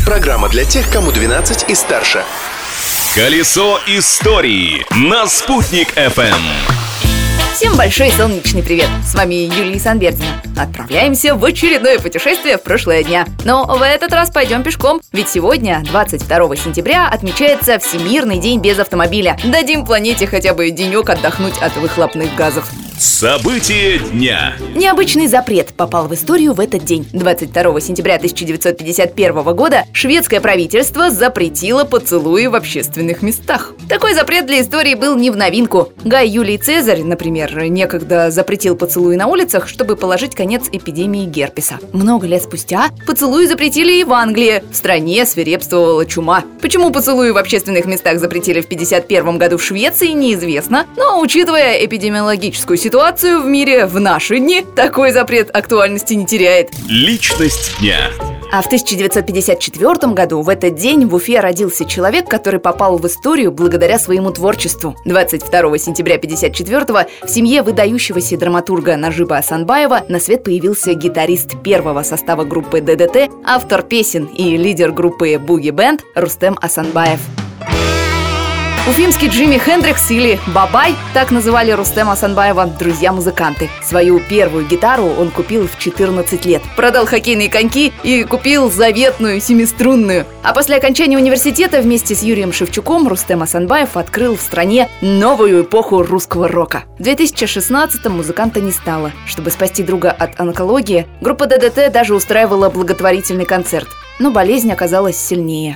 Программа для тех, кому 12 и старше. Колесо истории на Спутник FM. Всем большой солнечный привет! С вами Юлия Санбердина. Отправляемся в очередное путешествие в прошлое дня. Но в этот раз пойдем пешком, ведь сегодня, 22 сентября, отмечается Всемирный день без автомобиля. Дадим планете хотя бы денек отдохнуть от выхлопных газов. События дня. Необычный запрет попал в историю в этот день. 22 сентября 1951 года шведское правительство запретило поцелуи в общественных местах. Такой запрет для истории был не в новинку. Гай Юлий Цезарь, например, некогда запретил поцелуи на улицах, чтобы положить конец эпидемии герпеса. Много лет спустя поцелуи запретили и в Англии. В стране свирепствовала чума. Почему поцелуи в общественных местах запретили в 1951 году в Швеции, неизвестно. Но, учитывая эпидемиологическую ситуацию в мире в наши дни, такой запрет актуальности не теряет. Личность дня. А в 1954 году в этот день в Уфе родился человек, который попал в историю благодаря своему творчеству. 22 сентября 1954 в семье выдающегося драматурга Нажиба Асанбаева на свет появился гитарист первого состава группы ДДТ, автор песен и лидер группы Буги Бенд Рустем Асанбаев. Уфимский Джимми Хендрикс или Бабай, так называли Рустема Асанбаева друзья-музыканты. Свою первую гитару он купил в 14 лет. Продал хоккейные коньки и купил заветную семиструнную. А после окончания университета вместе с Юрием Шевчуком Рустем Асанбаев открыл в стране новую эпоху русского рока. В 2016-м музыканта не стало. Чтобы спасти друга от онкологии, группа ДДТ даже устраивала благотворительный концерт. Но болезнь оказалась сильнее.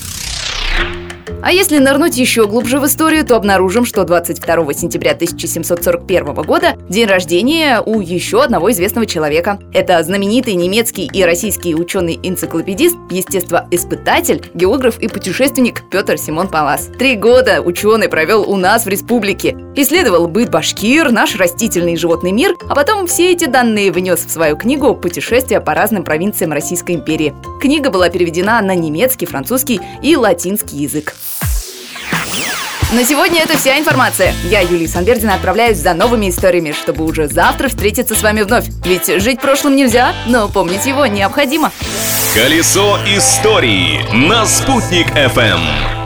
А если нырнуть еще глубже в историю, то обнаружим, что 22 сентября 1741 года день рождения у еще одного известного человека. Это знаменитый немецкий и российский ученый-энциклопедист, естествоиспытатель, географ и путешественник Петр Симон Паллас. 3 года ученый провел у нас в республике. Исследовал быт башкир, наш растительный и животный мир, а потом все эти данные внес в свою книгу «Путешествия по разным провинциям Российской империи». Книга была переведена на немецкий, французский и латинский язык. На сегодня это вся информация. Я, Юлия Санбердина, отправляюсь за новыми историями, чтобы уже завтра встретиться с вами вновь. Ведь жить прошлым нельзя, но помнить его необходимо. Колесо истории на Спутник FM.